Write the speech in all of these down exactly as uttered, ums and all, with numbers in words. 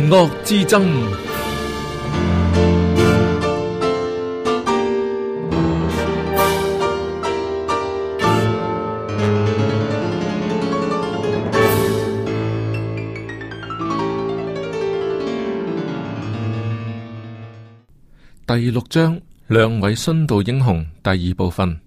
惡之爭。第六章，兩位殉道英雄，第二部分。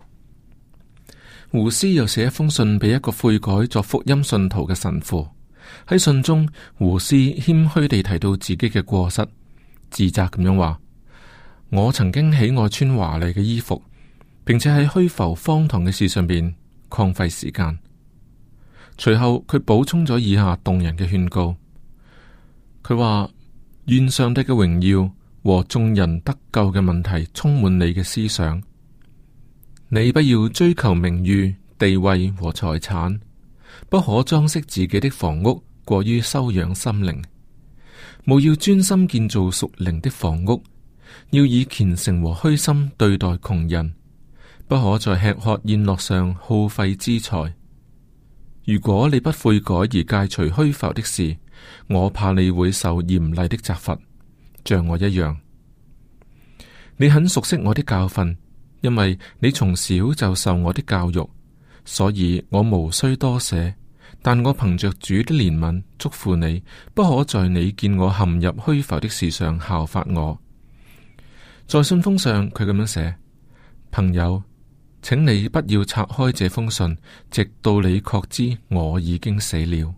胡斯又寫一封信俾一個悔改作福音信徒嘅神父。喺信中，胡斯謙虛地提到自己嘅過失，自責咁樣話：我曾經喜愛穿華麗嘅衣服，並且喺虛浮荒唐嘅事上邊曠費時間。隨後佢補充咗以下動人嘅勸告。佢話：願上帝嘅榮耀和眾人得救嘅問題充滿你嘅思想。你不要追求名譽、地位和財產，不可裝飾自己的房屋，過於修養心靈。務要專心建造屬靈的房屋，要以虔誠和虛心對待窮人，不可在吃喝宴樂上耗費資財。如果你不悔改而戒除虛浮的事，我怕你會受嚴厲的責罰，像我一樣。你很熟悉我的教訓，因為你從小就受我的教育，所以我無需多寫。但我憑着主的憐憫囑咐你，不可在你見我陷入虛浮的事上效法我。在信封上，佢咁樣寫：朋友，請你不要拆開這封信，直到你確知我已經死了。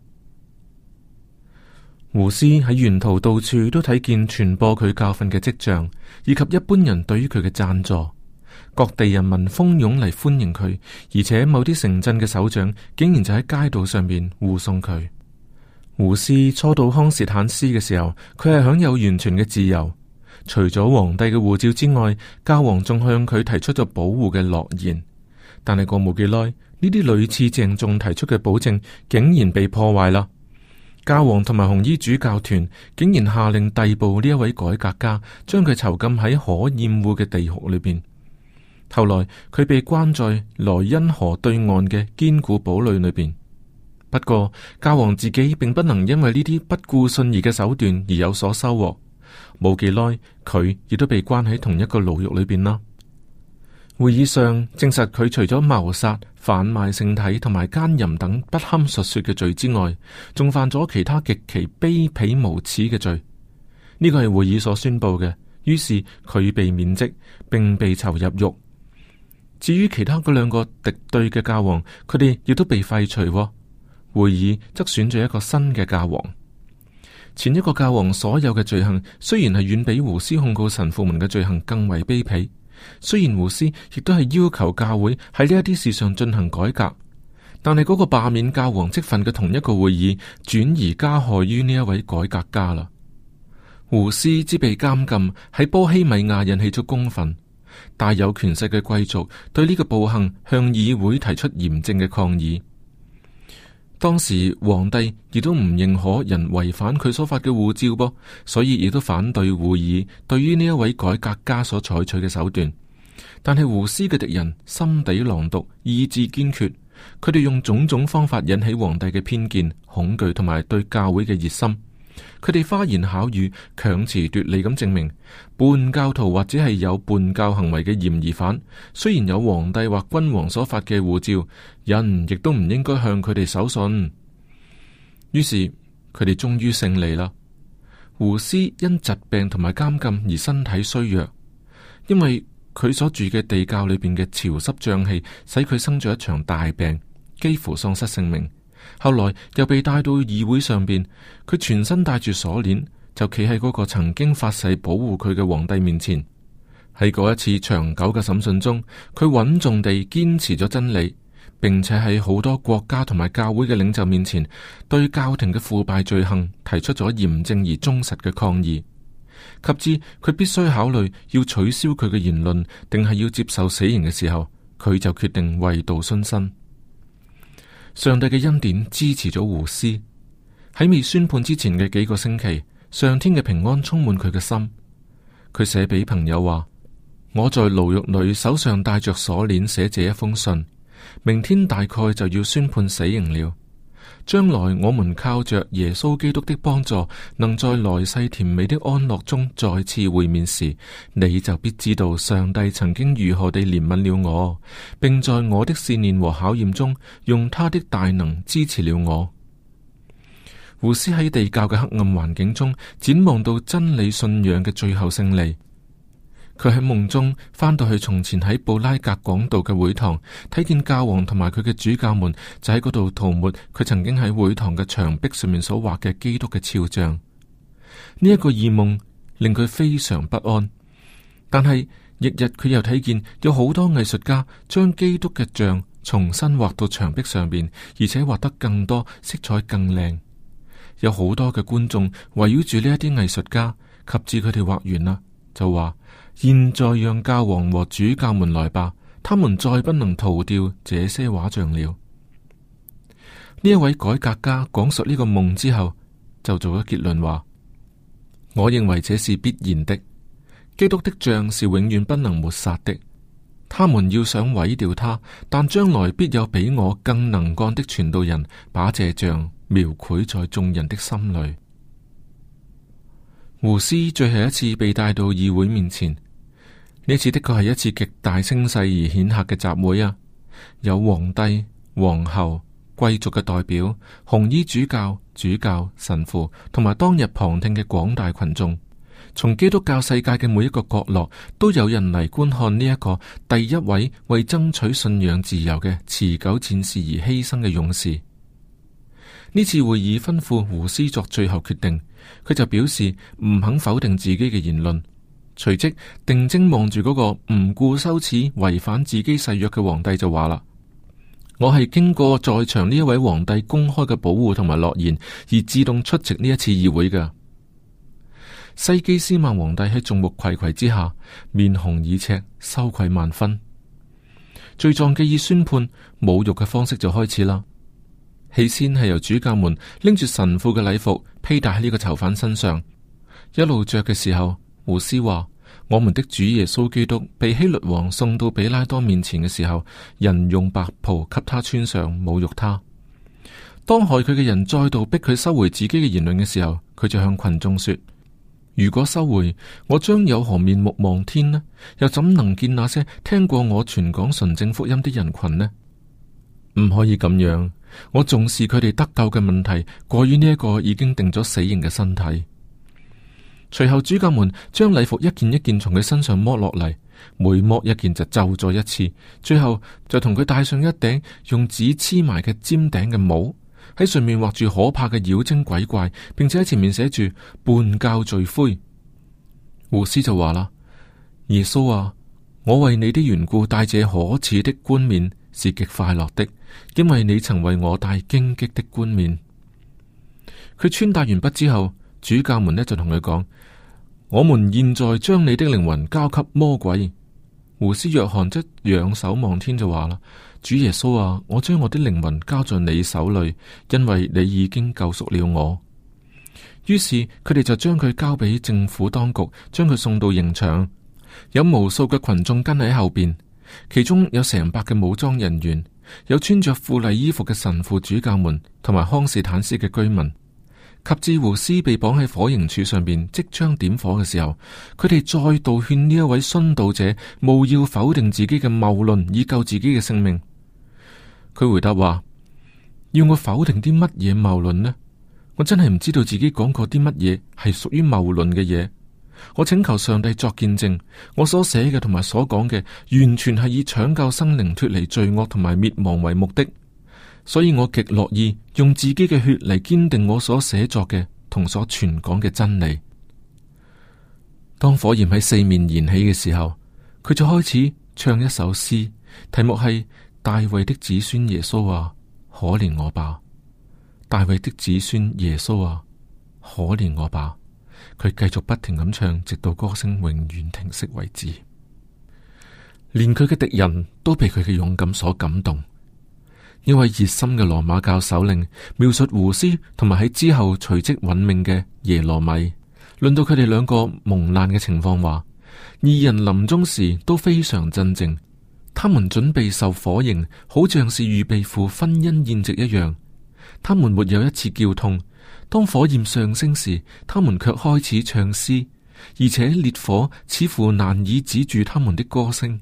胡斯喺沿途到處都睇見傳播佢教訓嘅跡象，以及一般人對於佢嘅贊助。各地人民蜂擁嚟歡迎佢，而且某啲城鎮嘅首長竟然就喺街道上面護送佢。胡斯初到康士坦斯嘅時候，佢係享有完全嘅自由。除咗皇帝嘅護照之外，教皇仲向佢提出咗保護嘅諾言。但係過冇幾耐，呢啲屢次鄭重提出嘅保證竟然被破壞啦。教皇同埋紅衣主教團竟然下令逮捕呢一位改革家，將佢囚禁喺可厭惡嘅地獄裏邊。後來佢被關在萊茵河對岸嘅堅固堡壘裏邊。不過教皇自己並不能因為呢啲不顧信義嘅手段而有所收穫。冇幾耐，佢亦都被關喺同一個牢獄裏邊啦。會議上證實佢除咗謀殺、販賣聖體同埋奸淫等不堪述說嘅罪之外，仲犯咗其他極其卑鄙無恥嘅罪。呢個係會議所宣布嘅。於是佢被免職，並被囚入獄。至於其他嗰兩個敵對嘅教皇，佢哋亦都被廢除。會議則選咗一個新嘅教皇。前一個教皇所有嘅罪行，雖然係遠比胡斯控告神父們嘅罪行更為卑鄙。雖然胡斯亦都係要求教會喺呢一啲事上進行改革，但係嗰個罷免教皇職分嘅同一個會議，轉而加害於呢一位改革家啦。胡斯之被監禁喺波希米亞引起咗公憤。大有權勢嘅貴族對呢個暴行向議會提出嚴正嘅抗議。當時皇帝亦都唔認可人違反佢所發嘅護照噃，所以亦都反對會議對於呢一位改革家所採取嘅手段。但係胡斯嘅敵人心底狼毒，意志堅決，佢哋用種種方法引起皇帝嘅偏見、恐懼同埋對教會嘅熱心。佢哋花言巧語、強詞奪理咁證明，叛教徒或者係有叛教行為嘅嫌疑犯，雖然有皇帝或君王所發嘅護照，人亦都唔應該向佢哋守信。於是佢哋終於勝利啦。胡斯因疾病同埋監禁而身體衰弱，因為佢所住嘅地窖裏邊嘅潮濕瘴氣，使佢生咗一場大病，幾乎喪失性命。後來又被帶到議會上邊，佢全身帶住鎖鏈，就企喺嗰個曾經發誓保護佢嘅皇帝面前。喺嗰一次長久嘅審訊中，佢穩重地堅持咗真理，並且喺好多國家同埋教會嘅領袖面前，對教廷嘅腐敗罪行提出咗嚴正而忠實嘅抗議。及至佢必須考慮要取消佢嘅言論，定係要接受死刑嘅時候，佢就決定為道殉身。上帝嘅恩典支持咗胡斯。喺未宣判之前嘅幾個星期，上天嘅平安充滿佢嘅心。佢寫俾朋友話：我在牢獄裏手上帶着鎖鏈寫這一封信，明天大概就要宣判死刑了。 將來我們靠着耶穌基督的幫助，能在來世甜美的安樂中再次會面時，你就必知道上帝曾經如何地憐憫了我，並在我的試煉和考驗中，用他的大能支持了我。胡斯喺地教嘅黑暗環境中，展望到真理信仰嘅最後勝利。佢喺夢中翻到去從前喺布拉格講道嘅會堂，睇見教皇同埋佢嘅主教們就喺嗰度塗抹佢曾經喺會堂嘅牆壁上面所畫嘅基督嘅肖像。呢、這、一個異夢令佢非常不安，但係翌日佢又睇見有好多藝術家將基督嘅像重新畫到牆壁上邊，而且畫得更多，色彩更靚。有好多嘅觀眾圍繞住呢一啲藝術家，及至佢哋畫完啦，就話：現在讓教皇和主教們來吧，他們再不能塗掉這些畫像了。呢一位改革家講述呢個夢之後，就做咗結論話：我認為這是必然的，基督的像是永遠不能抹殺的。他們要想毀掉他，但將來必有比我更能幹的傳道人，把這像描繪在眾人的心裏。胡斯最後一次被帶到議會面前，呢次的確係一次極大聲勢而顯赫嘅集會啊！有皇帝、皇后、貴族嘅代表、紅衣主教、主教、神父，同埋當日旁聽嘅廣大群眾，從基督教世界嘅每一個角落，都有人嚟觀看呢一個第一位為爭取信仰自由嘅持久戰士而犧牲嘅勇士。呢次會議吩咐胡斯作最後決定，佢就表示唔肯否定自己嘅言論。隨即定睛望住嗰個唔顧羞恥違反自己誓約嘅皇帝就話啦：我係經過在場呢一位皇帝公開嘅保護同埋諾言而自動出席呢一次議會嘅。西基斯曼皇帝喺眾目睽睽之下，面紅耳赤，羞愧萬分。罪狀既已宣判，侮辱嘅方式就開始啦。起先係由主教們拎住神父嘅禮服披戴喺呢個囚犯身上，一路着嘅時候，胡斯話：我們的主耶穌基督被希律王送到比拉多面前嘅時候，人用白袍給他穿上，侮辱他。當害佢嘅人再度逼佢收回自己嘅言論嘅時候，佢就向群眾說：如果收回，我將有何面目望天呢？又怎能見那些聽過我傳講純正福音的人群呢？唔可以咁樣，我重視佢哋得救嘅問題，過於呢一個已經定咗死刑嘅身體。隨後主教們將禮服一件一件從佢身上剝落嚟，每剝一件就皺咗一次，最後就同佢戴上一頂用紙黐埋嘅尖頂嘅帽，喺上面畫住可怕嘅妖精鬼怪，並且喺前面寫住叛教罪魁。胡斯就話啦：耶穌啊，我為你的緣故戴這可恥的冠冕是極快樂的，因為你曾為我戴荊棘的冠冕。佢穿戴完畢之後，主教們呢就同佢講：我們現在將你的靈魂交給魔鬼。胡斯約翰則仰手望天就話啦：主耶穌啊，我將我的靈魂交在你手裏，因為你已經救贖了我。於是佢哋就將佢交俾政府當局，將佢送到刑場。有無數嘅群眾跟喺後邊，其中有成百嘅武裝人員，有穿着富麗衣服嘅神父、主教們，同埋康士坦斯嘅居民。及至胡斯被綁喺火刑柱上邊，即將點火嘅時候，佢哋再度勸呢一位殉道者務要否定自己嘅謬論，以救自己嘅性命。佢回答話：要我否定啲乜嘢謬論呢？我真係唔知道自己講過啲乜嘢係屬於謬論嘅嘢。我請求上帝作見證，我所寫嘅同埋所講嘅，完全係以搶救生靈脫離罪惡同埋滅亡為目的。所以我極樂意用自己嘅血嚟堅定我所寫作嘅同所傳講嘅真理。當火焰喺四面燃起嘅時候，佢就開始唱一首詩，題目係大衛的子孫耶穌啊，可憐我吧！大衛的子孫耶穌啊，可憐我吧！佢繼續不停咁唱，直到歌聲永遠停息為止。連佢嘅敵人都被佢嘅勇敢所感動。呢位熱心嘅羅馬教首領描述胡斯同埋喺之後隨即殞命嘅耶羅米，論到佢哋兩個蒙難嘅情況，話二人臨終時都非常鎮靜，他們準備受火刑，好像是預備赴婚姻宴席一樣。 他們沒有一次叫痛。當火焰上升時，他們卻開始唱詩，而且烈火似乎難以止住他們的歌聲。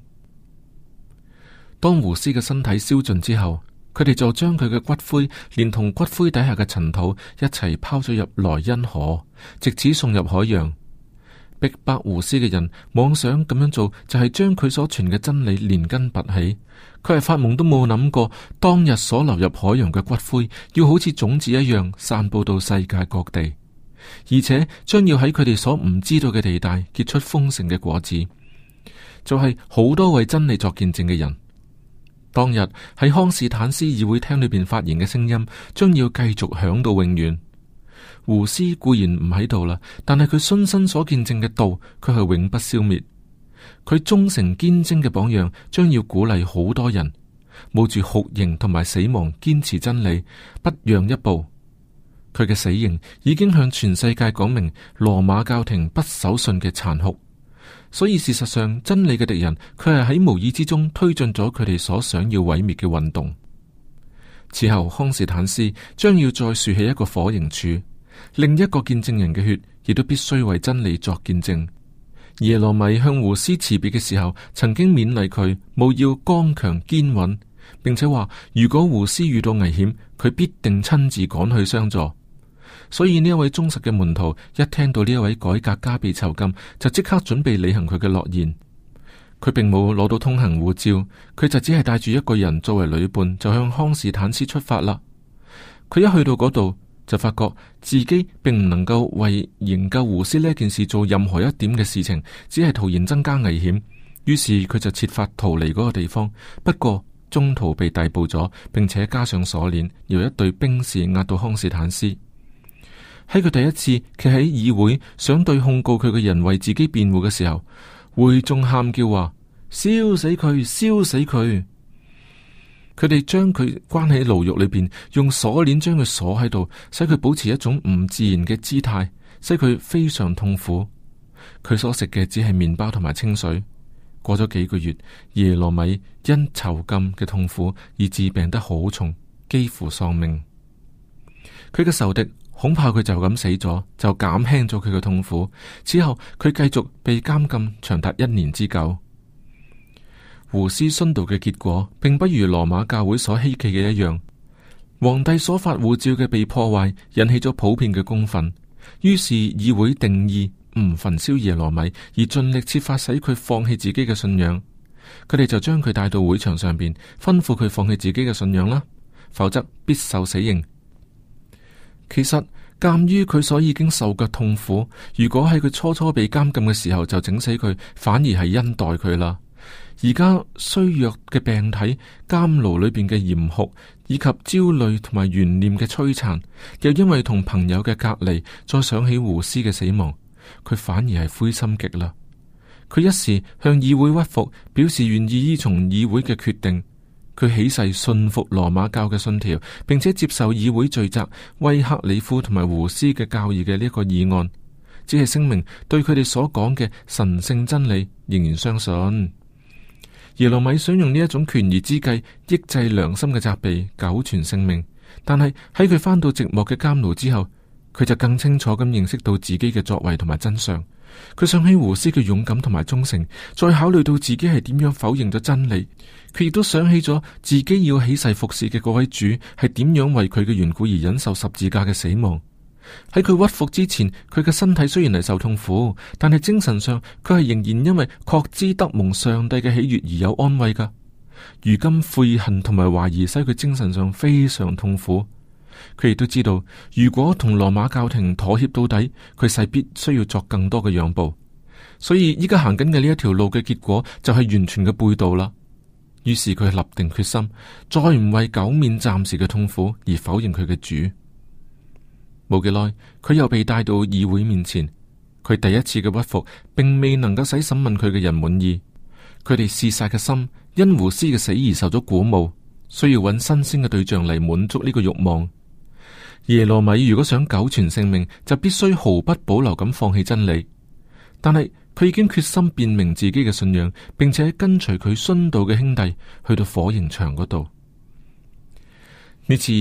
當胡斯嘅身體燒盡之後，佢哋就將佢嘅骨灰連同骨灰底下嘅塵土一齊拋咗入萊茵河，藉此送入海洋。逼迫胡斯嘅人妄想咁樣做，就係將佢所傳嘅真理連根拔起。佢係發夢都冇諗過，當日所流入海洋嘅骨灰，要好似種子一樣散布到世界各地，而且將要喺佢哋所唔知道嘅地帶結出豐盛嘅果子，就係、是、好多為真理作見證嘅人。當日喺康士坦斯議會廳裏邊發言嘅聲音，將要繼續響到永遠。胡斯固然唔喺度啦，但係佢親身所見證嘅道，佢係永不消滅。佢忠誠堅貞嘅榜樣，將要鼓勵好多人冒住酷刑同埋死亡，堅持真理，不讓一步。佢嘅死刑已經向全世界講明羅馬教廷不守信嘅殘酷。所以事實上，真理嘅敵人，佢係喺無意之中推進咗佢哋所想要毀滅嘅運動。此後，康士坦斯將要再豎起一個火刑柱。另一個見證人嘅血，亦都必須為真理作見證。耶羅米向胡斯辭別嘅時候，曾經勉勵佢務要剛強堅穩，並且話如果胡斯遇到危險，佢必定親自趕去相助。所以呢一位忠實嘅門徒一聽到呢一位改革家被囚禁，就即刻準備履行佢嘅諾言。佢並冇攞到通行護照，佢就只係帶住一個人作為旅伴，就向康士坦斯出發啦。佢一去到嗰度，就發覺自己並唔能夠為營救胡斯呢件事做任何一點嘅事情，只係徒然增加危險。於是佢就設法逃離嗰個地方，不過中途被逮捕咗，並且加上鎖鏈，由一隊兵士押到康士坦斯。喺佢第一次企喺議會想對控告佢嘅人為自己辯護嘅時候，會眾喊叫話：燒死佢，燒死佢！佢哋將佢關喺牢獄裏邊，用鎖鏈將佢鎖喺度，使佢保持一種唔自然嘅姿態，使佢非常痛苦。佢所食嘅只係麵包同埋清水。過咗幾個月，耶羅米因囚禁嘅痛苦而致病得好重，幾乎喪命。佢嘅仇敵恐怕佢就咁死咗，就減輕咗佢嘅痛苦。此後佢繼續被監禁長達一年之久。胡斯殉道嘅結果，並不如羅馬教會所希冀嘅一樣。皇帝所發護照嘅被破壞，引起咗普遍嘅公憤。於是議會定義唔焚燒耶羅米，而盡力設法使佢放棄自己嘅信仰。佢哋就將佢帶到會場上邊，吩咐佢放棄自己嘅信仰啦，否則必受死刑。其實鑒於佢所已經受嘅痛苦，如果喺佢初初被監禁嘅時候就整死佢，反而係恩待佢啦。而家衰弱嘅病體、監牢裏邊嘅嚴酷，以及焦慮同埋懸念嘅摧殘，又因為同朋友嘅隔離，再想起胡斯嘅死亡，佢反而係灰心極啦。佢一時向議會屈服，表示願意依從議會嘅決定。佢起誓信服羅馬教嘅信條，並且接受議會罪責威克里夫同埋胡斯嘅教義嘅呢一個議案，只係聲明對佢哋所講嘅神聖真理仍然相信。耶羅米想用呢一種權宜之計抑制良心嘅責備，久存性命。但係喺佢返到寂寞嘅監牢之後，佢就更清楚咁認識到自己嘅作為同埋真相。佢想起胡斯嘅勇敢同埋忠誠，再考慮到自己係點樣否認咗真理，佢亦都想起咗自己要起誓服侍嘅嗰位主係點樣為佢嘅緣故而忍受十字架嘅死亡。喺佢屈服之前，佢嘅身體雖然係受痛苦，但係精神上佢係仍然因為確知得蒙上帝嘅喜悅而有安慰噶。如今悔恨同埋懷疑使佢精神上非常痛苦。佢亦都知道，如果同羅馬教廷妥協到底，佢勢必需要作更多嘅讓步。所以依家行緊嘅呢一條路嘅結果就係完全嘅背道啦。於是佢立定決心，再唔為狗面暫時嘅痛苦而否認佢嘅主。冇幾耐，佢又被帶到議會面前。佢第一次嘅屈服，並未能夠使審問佢嘅人滿意。佢哋嗜殺嘅心，因胡斯嘅死而受咗鼓舞，需要揾新鮮嘅對象嚟滿足呢個慾望。耶羅米如果想久存性命，就必須毫不保留咁放棄真理。但係佢已經決心辨明自己嘅信仰，並且跟隨佢殉道嘅兄弟去到火刑場嗰度。呢次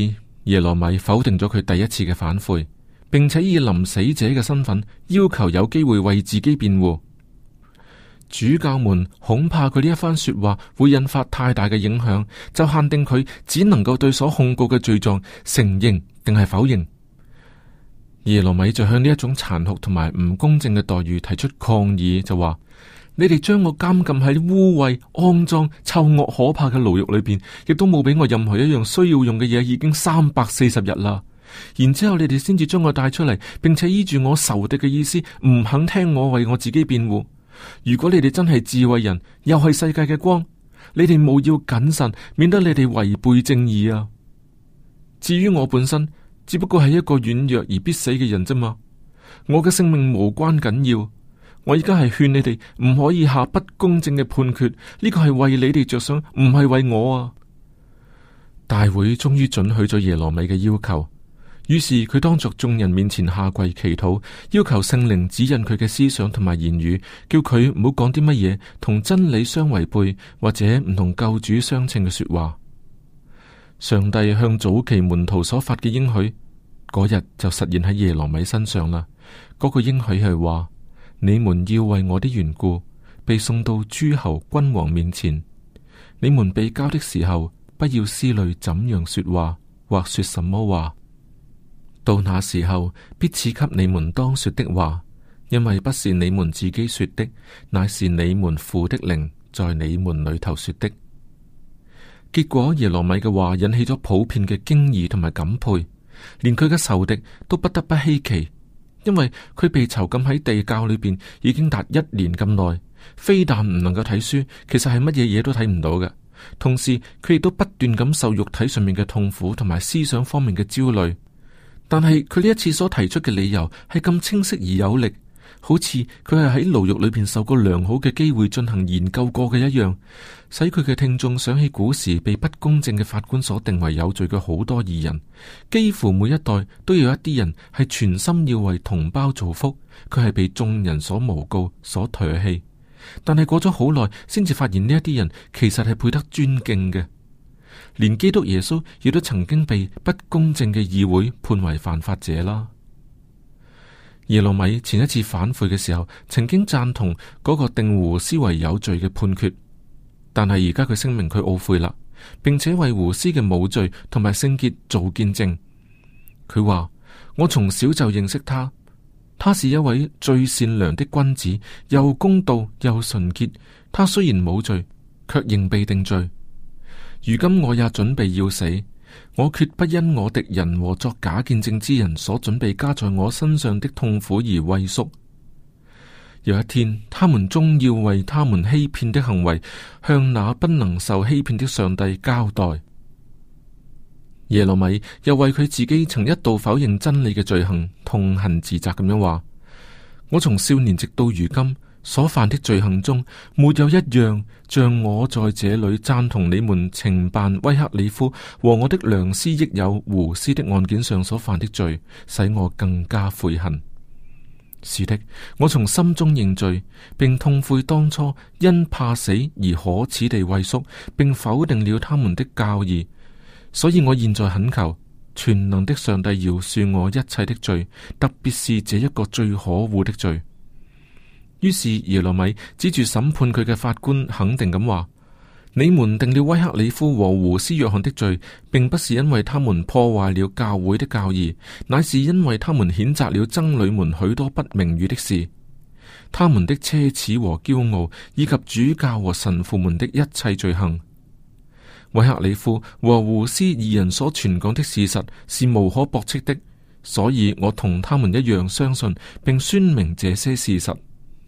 耶羅米否定咗佢第一次嘅反悔，並且以臨死者嘅身份要求有機會為自己辯護。主教們恐怕佢呢一番說話會引發太大嘅影響，就限定佢只能夠對所控告嘅罪狀承認定係否認。耶羅米就向呢一種殘酷同埋唔公正嘅待遇提出抗議，就話：你哋將我監禁喺污穢、骯髒、臭惡、可怕嘅牢獄裏邊，亦都冇俾我任何一樣需要用嘅嘢，已經三百四十日啦。然之後你哋先至將我帶出嚟，並且依住我仇敵嘅意思，唔肯聽我為我自己辯護。如果你哋真係智慧人，又係世界嘅光，你哋務要謹慎，免得你哋違背正義啊！至於我本身，只不過係一個軟弱而必死嘅人啫嘛，我嘅性命無關緊要。我而家係勸你哋唔可以下不公正嘅判決，呢個係為你哋着想，唔係為我啊！大會終於准許咗耶羅米嘅要求。於是佢當着眾人面前下跪祈禱，要求聖靈指引佢嘅思想同埋言語，叫佢唔好講啲乜嘢同真理相違背或者唔同救主相稱嘅說話。上帝向早期門徒所發嘅應許，嗰日就實現喺耶羅米身上啦。嗰、那個應許係話：你們要為我的緣故被送到諸侯君王面前，你們被交的時候，不要思慮怎樣說話或說什麼話。到那時候，必賜給你們當說的話，因為不是你們自己說的，乃是你們父的靈在你們裏頭說的。結果耶羅米嘅話引起咗普遍嘅驚異同埋感佩，連佢嘅仇敵都不得不稀奇，因為佢被囚禁喺地窖裏邊已經達一年咁耐，非但唔能夠睇書，其實係乜嘢嘢都睇唔到嘅。同時佢亦都不斷咁受肉體上面嘅痛苦同埋思想方面嘅焦慮。但係佢呢一次所提出嘅理由係咁清晰而有力，好似佢係喺牢獄裏邊受過良好嘅機會進行研究過嘅一樣，使佢嘅聽眾想起古時被不公正嘅法官所定為有罪嘅好多義人，幾乎每一代都有一啲人係全心要為同胞造福，佢係被眾人所誣告、所唾棄，但係過咗好耐，先至發現呢一啲人其實係配得尊敬嘅。連基督耶穌亦都曾經被不公正嘅議會判為犯法者啦。耶羅米前一次反悔嘅時候，曾經贊同嗰個定胡斯為有罪嘅判決，但係而家佢聲明佢懊悔啦，並且為胡斯嘅無罪同埋聖潔做見證。佢話：我從小就認識他，他是一位最善良的君子，又公道又純潔。他雖然冇罪，卻仍被定罪。如今我也準備要死，我決不因我敵人和作假見證之人所準備加在我身上的痛苦而畏縮。有一天，他們終要為他們欺騙的行為，向那不能受欺騙的上帝交代。耶羅米又為佢自己曾一度否認真理嘅罪行痛恨自責，咁樣話：我從少年直到如今所犯的罪行中，沒有一樣像我在這裏贊同你們懲辦威克里夫和我的良師益友胡斯的案件上所犯的罪，使我更加悔恨。是的，我從心中認罪，並痛悔當初因怕死而可恥地畏縮，並否定了他們的教義。所以我現在懇求全能的上帝饒恕我一切的罪，特別是這一個最可惡的罪。於是耶羅米指住審判佢嘅法官，肯定咁話：你們定了威克里夫和胡斯約翰的罪，並不是因為他們破壞了教會的教義，乃是因為他們譴責了僧侶們許多不名譽的事，他們的奢侈和驕傲，以及主教和神父們的一切罪行。威克里夫和胡斯二人所傳講的事實是無可駁斥的，所以我同他們一樣相信並宣明這些事實。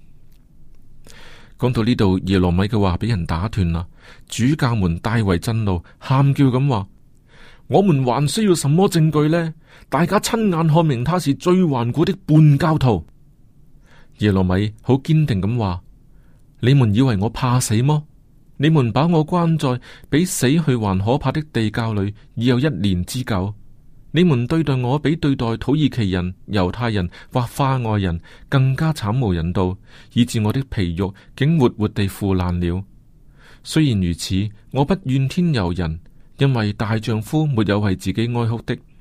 講到呢度，耶羅米嘅話俾人打斷啦。主教們大為震怒，喊叫咁話：我們還需要什麼證據呢？大家親眼看明他是最頑固的叛教徒。耶羅米好堅定咁話：你們以為我怕死麼？你們把我關在比死去還可怕的地窖裏已有一年之久。你們對待我比對待土耳其人、猶太人或化外人更加慘無人道，以致我的皮肉竟活活地腐爛了。雖然如此，我不怨天尤人，因為大丈夫沒有為自己哀哭的，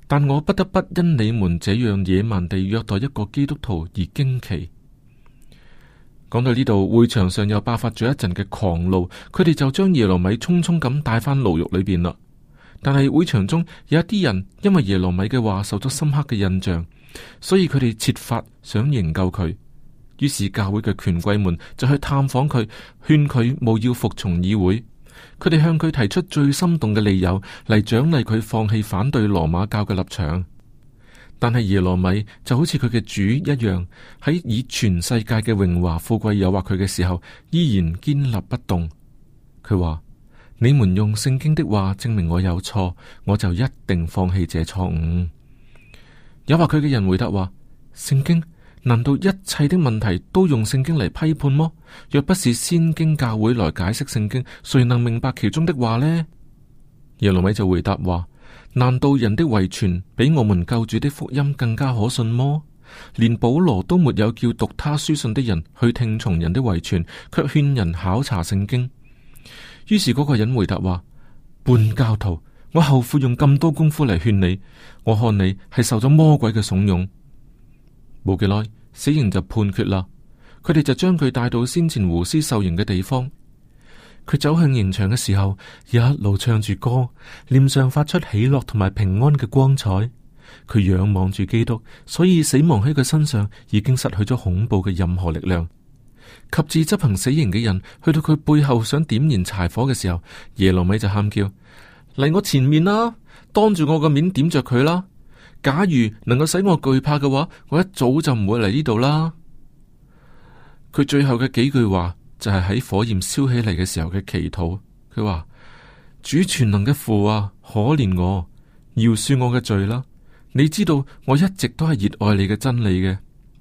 但我不得不因你們這樣野蠻地虐待一個基督徒而驚奇。講到呢度，會場上又爆發咗一陣嘅狂怒，佢哋就將耶羅米匆匆咁帶返牢獄裏邊啦。但係會場中有一啲人因為耶羅米嘅話受咗深刻嘅印象，所以佢哋設法想營救佢。於是教會嘅權貴們就去探訪佢，勸佢務要服從議會。佢哋向佢提出最心動嘅理由嚟獎勵佢放棄反對羅馬教嘅立場。但係耶羅米就好似佢嘅主一樣，喺以全世界嘅榮華富貴誘惑佢嘅時候，依然堅立不動。佢話：你們用聖經的話證明我有錯，我就一定放棄這錯誤。誘惑佢嘅人回答話：聖經？難道一切的問題都用聖經嚟批判麼？若不是先經教會來解釋聖經，誰能明白其中的話呢？耶羅米就回答話：難道人的遺傳比我們救主的福音更加可信麼？連保羅都沒有叫讀他書信的人去聽從人的遺傳，卻勸人考察聖經。於是嗰個人回答話：叛教徒，我後悔用咁多功夫嚟勸你，我看你係受咗魔鬼嘅慫恿。冇幾耐，死刑就判決啦。佢哋就將佢帶到先前胡斯受刑嘅地方。佢走向刑場嘅時候，一路唱住歌，臉上發出喜樂同埋平安嘅光彩。佢仰望住基督，所以死亡喺佢身上已經失去咗恐怖嘅任何力量。及至執行死刑嘅人去到佢背後想點燃柴火嘅時候，耶羅米就喊叫：嚟我前面啦，當住我個面點着佢啦！假如能夠使我懼怕嘅話，我一早就唔會嚟呢度啦。佢最後嘅幾句話就係喺火焰燒起嚟嘅時候嘅祈禱。佢話：主全能嘅父啊，可憐我，饒恕我嘅罪啦！你知道我一直都係熱愛你嘅真理嘅。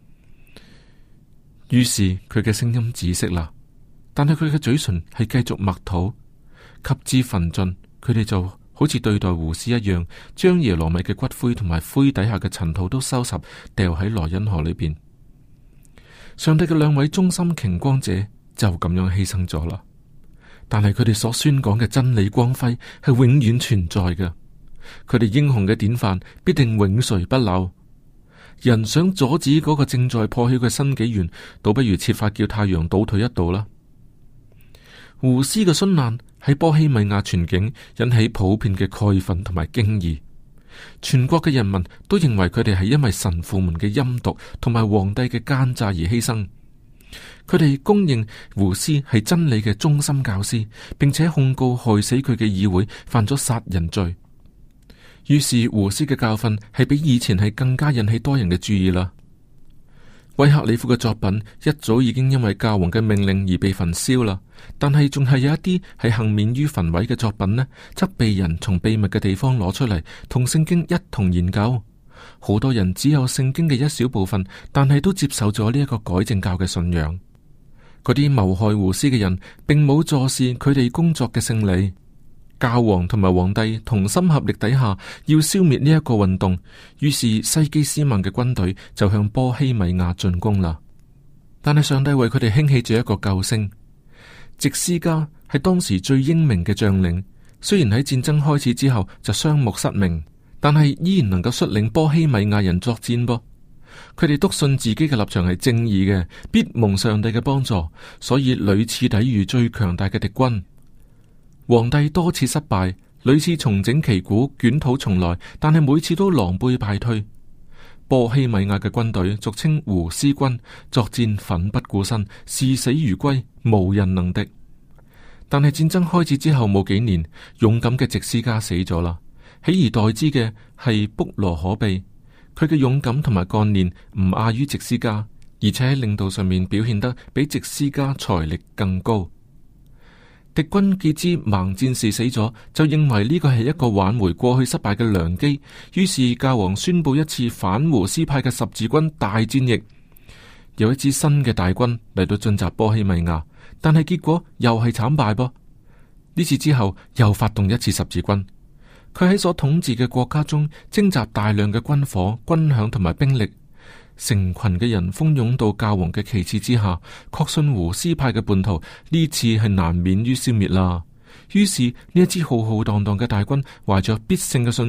於是佢嘅聲音止息啦，但係佢嘅嘴唇係繼續默禱。及至焚盡，佢哋就好似對待胡斯一樣，將耶羅米嘅骨灰同埋灰底下嘅塵土都收拾，掉喺羅恩河裏邊。上帝嘅兩位忠心擎光者就咁樣犧牲咗啦。但係佢哋所宣講嘅真理光輝係永遠存在嘅，佢哋英雄嘅典範必定永垂不朽。人想阻止嗰個正在破曉嘅新紀元，倒不如設法叫太陽倒退一度啦。胡斯嘅殉難喺波希米亞全境引起普遍嘅慨憤同埋驚異，全國嘅人民都認為佢哋係因為神父們嘅陰毒同埋皇帝嘅奸詐而犧牲。佢哋公認胡斯係真理嘅中心教師，並且控告害死佢嘅議會犯咗殺人罪。於是胡斯嘅教訓係比以前係更加引起多人嘅注意啦。威克里夫嘅作品一早已經因為教皇嘅命令而被焚燒啦，但係仲係有一啲係幸免於焚毀嘅作品呢，則被人從秘密嘅地方攞出嚟，同聖經一同研究。好多人只有聖經嘅一小部分，但係都接受咗呢一個改正教嘅信仰。嗰啲謀害胡斯嘅人，並冇坐視佢哋工作嘅勝利。教皇同埋皇帝同心合力底下，要消滅呢一個運動，於是西基斯曼嘅軍隊就向波希米亞進攻啦。但係上帝為佢哋興起咗一個救星，直斯加係當時最英明嘅將領，雖然喺戰爭開始之後就雙目失明，但係依然能夠率領波希米亞人作戰噃。佢哋篤信自己嘅立場係正義嘅，必蒙上帝嘅幫助，所以屢次抵禦最強大嘅敵軍。皇帝多次失敗，屢次重整旗鼓，捲土重來，但係每次都狼狽敗退。波希米亞嘅軍隊俗稱胡斯軍，作戰奮不顧身，視死如歸，無人能敵。但係戰爭開始之後冇幾年，勇敢嘅直斯加死咗啦，取而代之嘅係卜羅可秘。佢嘅勇敢同埋幹練唔亞於直斯加，而且喺領導上面表現得比直斯加財力更高。敵軍既知盲戰士死咗，就認為呢個係一個挽回過去失敗嘅良機，於是教皇宣布一次反胡斯派嘅十字軍大戰役。有一支新嘅大軍嚟到進襲波希米亞，但係結果又係慘敗噃。呢次之後又發動一次十字軍，佢喺所統治嘅國家中徵集大量嘅軍火、軍饷同埋兵力。成群嘅人蜂擁到教皇嘅旗幟之下，確信胡斯派嘅叛徒呢次係難免於消滅啦。於是呢一支浩浩蕩蕩嘅大軍，懷着必勝嘅信心，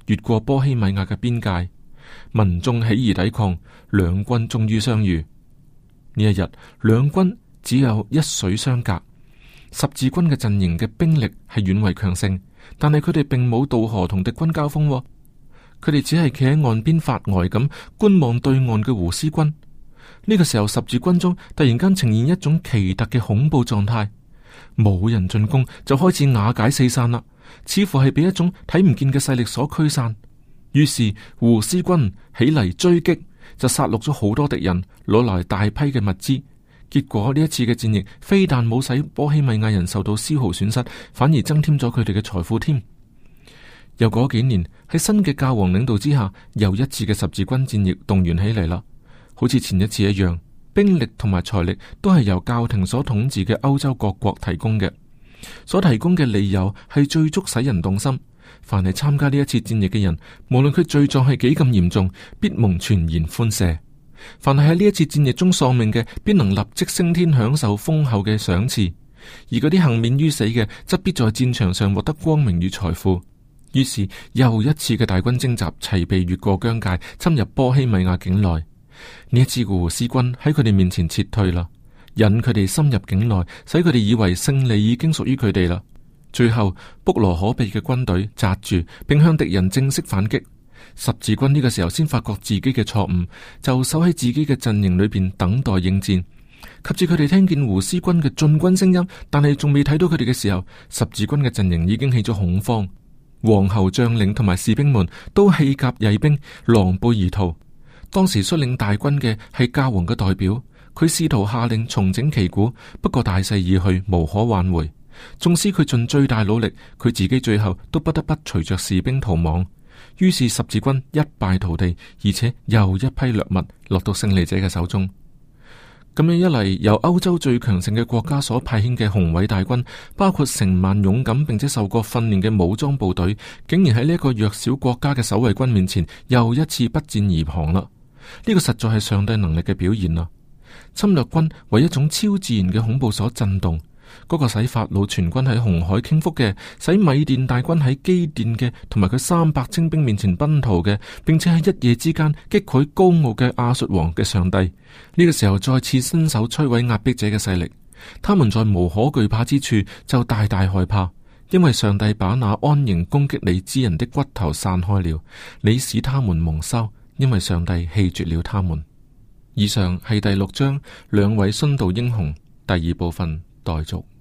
越過波希米亞嘅邊界。民眾起義抵抗，兩軍終於相遇。呢一日，兩軍只有一水相隔。十字軍嘅陣營嘅兵力係遠為強盛，但係佢哋並冇渡河同敵軍交鋒，佢哋只係企喺岸邊發呆咁觀望對岸嘅胡斯軍。呢、這個時候，十字軍中突然間呈現一種奇特嘅恐怖狀態，冇人進攻就開始瓦解四散啦，似乎係被一種睇唔見嘅勢力所驅散。於是胡斯軍起嚟追擊，就殺戮咗好多敵人，攞來大批嘅物資。結果呢一次嘅戰役，非但冇使波希米亞人受到絲毫損失，反而增添咗佢哋嘅財富添。又過幾年，喺新嘅教皇領導之下，又一次嘅十字軍戰役動員起嚟啦。好似前一次一樣，兵力同埋財力都係由教廷所統治嘅歐洲各國提供嘅。所提供嘅理由係最足使人動心。凡係參加呢一次戰役嘅人，無論佢罪狀係幾咁嚴重，必蒙全然寬赦。凡係喺呢一次戰役中喪命嘅，必能立即升天，享受豐厚嘅賞賜；而嗰啲幸免於死嘅，則必在戰場上獲得光明與財富。於是又一次嘅大軍徵集，齊備越過疆界，侵入波希米亞境內。呢一次嘅胡斯軍喺佢哋面前撤退啦，引佢哋深入境內，使佢哋以為勝利已經屬於佢哋啦。最後，卜羅可被嘅軍隊紮住，並向敵人正式反擊。十字軍呢個時候先發覺自己嘅錯誤，就守喺自己嘅陣營裏邊等待應戰。及至佢哋聽見胡斯軍嘅進軍聲音，但係仲未睇到佢哋嘅時候，十字軍嘅陣營已經起咗恐慌。皇后將領同埋士兵們都棄甲曳兵，狼狽而逃。當時率領大軍嘅係教皇嘅代表，佢試圖下令重整旗鼓，不過大勢已去，無可挽回。縱使佢盡最大努力，佢自己最後都不得不隨着士兵逃亡。於是十字軍一敗塗地，而且又一批掠物落到勝利者嘅手中。咁樣一嚟，由歐洲最強盛嘅國家所派遣嘅雄偉大軍，包括成萬勇敢並且受過訓練嘅武裝部隊，竟然喺呢一個弱小國家嘅守衛軍面前，又一次不戰而降啦。呢、這個實在係上帝能力嘅表現啦。侵略軍為一種超自然嘅恐怖所震動。嗰個使法老全軍喺紅海傾覆嘅，使米甸大軍喺基甸嘅，同埋佢三百精兵面前奔逃嘅，並且喺一夜之間擊潰高傲嘅亞述王嘅上帝，呢、這個時候再次伸手摧毀壓迫者嘅勢力。他們在無可懼怕之處就大大害怕，因為上帝把那安營攻擊你之人的骨頭散開了，你使他們蒙羞，因為上帝棄絕了他們。以上係第六章兩位殉道英雄第二部分。待續。